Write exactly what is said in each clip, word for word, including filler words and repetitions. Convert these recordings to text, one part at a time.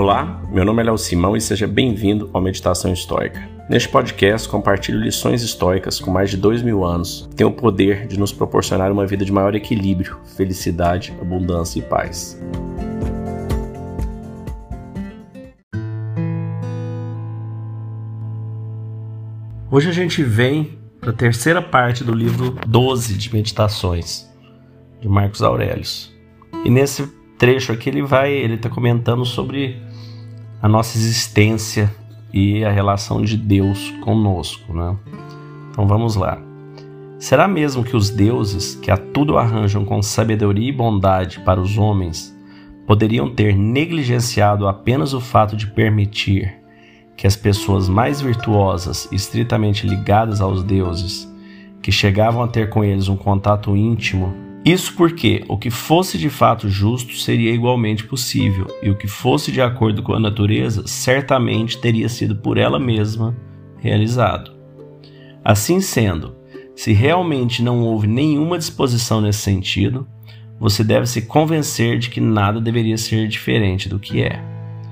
Olá, meu nome é Léo Simão e seja bem-vindo ao Meditação Estoica. Neste podcast, compartilho lições estoicas com mais de dois mil anos que têm o poder de nos proporcionar uma vida de maior equilíbrio, felicidade, abundância e paz. Hoje a gente vem para a terceira parte do livro doze de Meditações, de Marcos Aurelius. E nesse trecho aqui ele vai, ele está comentando sobre a nossa existência e a relação de Deus conosco, né? Então vamos lá. Será mesmo que os deuses, que a tudo arranjam com sabedoria e bondade para os homens, poderiam ter negligenciado apenas o fato de permitir que as pessoas mais virtuosas e estritamente ligadas aos deuses, que chegavam a ter com eles um contato íntimo, isso porque o que fosse de fato justo seria igualmente possível, e o que fosse de acordo com a natureza certamente teria sido por ela mesma realizado. Assim sendo, se realmente não houve nenhuma disposição nesse sentido, você deve se convencer de que nada deveria ser diferente do que é.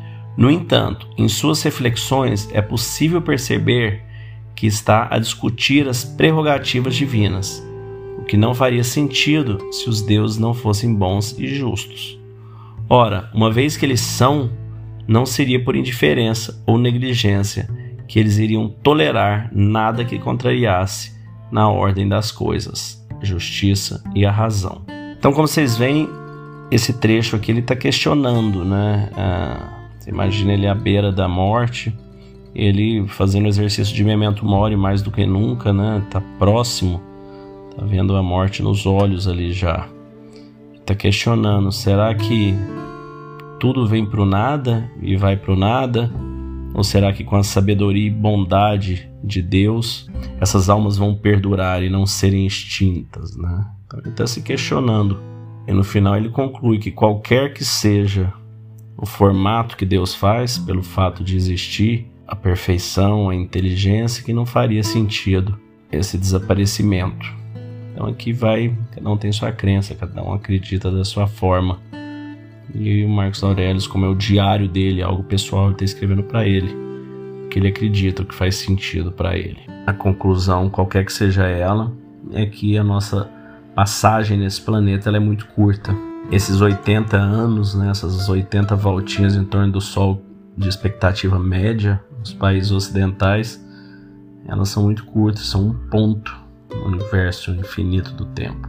No entanto, em suas reflexões é possível perceber que está a discutir as prerrogativas divinas, o que não faria sentido se os deuses não fossem bons e justos. Ora, uma vez que eles são, não seria por indiferença ou negligência que eles iriam tolerar nada que contrariasse na ordem das coisas, a justiça e a razão. Então, como vocês veem, esse trecho aqui ele está questionando, né? Ah, você imagina ele à beira da morte, ele fazendo exercício de memento mori mais do que nunca, né? Está próximo. Tá vendo a morte nos olhos ali já. Tá questionando, será que tudo vem pro nada e vai pro nada? Ou será que com a sabedoria e bondade de Deus, essas almas vão perdurar e não serem extintas, né? Então ele tá se questionando. E no final ele conclui que qualquer que seja o formato que Deus faz, pelo fato de existir a perfeição, a inteligência, que não faria sentido esse desaparecimento. Então aqui vai, cada um tem sua crença, cada um acredita da sua forma. E o Marcos Aurelius, como é o diário dele, algo pessoal, ele está escrevendo para ele, o que ele acredita, o que faz sentido para ele. A conclusão, qualquer que seja ela, é que a nossa passagem nesse planeta ela é muito curta. Esses oitenta anos, né, essas oitenta voltinhas em torno do Sol de expectativa média nos países ocidentais, elas são muito curtas, são um ponto no universo infinito do tempo.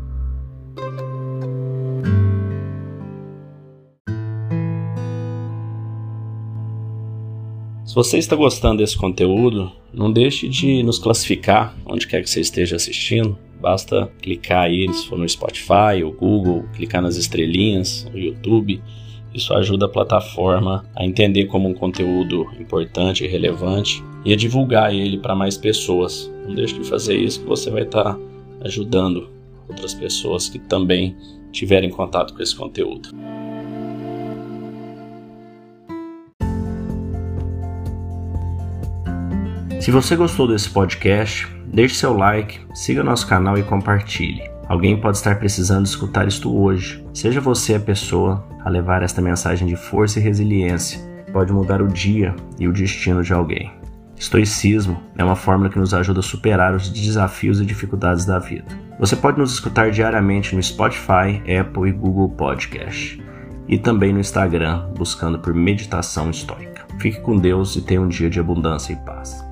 Se você está gostando desse conteúdo, não deixe de nos classificar onde quer que você esteja assistindo. Basta clicar aí, se for no Spotify ou Google, clicar nas estrelinhas no YouTube. Isso ajuda a plataforma a entender como um conteúdo importante e relevante e a divulgar ele para mais pessoas. Não deixe de fazer isso, que você vai estar ajudando outras pessoas que também tiverem contato com esse conteúdo. Se você gostou desse podcast, deixe seu like, siga nosso canal e compartilhe. Alguém pode estar precisando escutar isto hoje. Seja você a pessoa a levar esta mensagem de força e resiliência. Pode mudar o dia e o destino de alguém. Estoicismo é uma fórmula que nos ajuda a superar os desafios e dificuldades da vida. Você pode nos escutar diariamente no Spotify, Apple e Google Podcast. E também no Instagram, buscando por Meditação Estoica. Fique com Deus e tenha um dia de abundância e paz.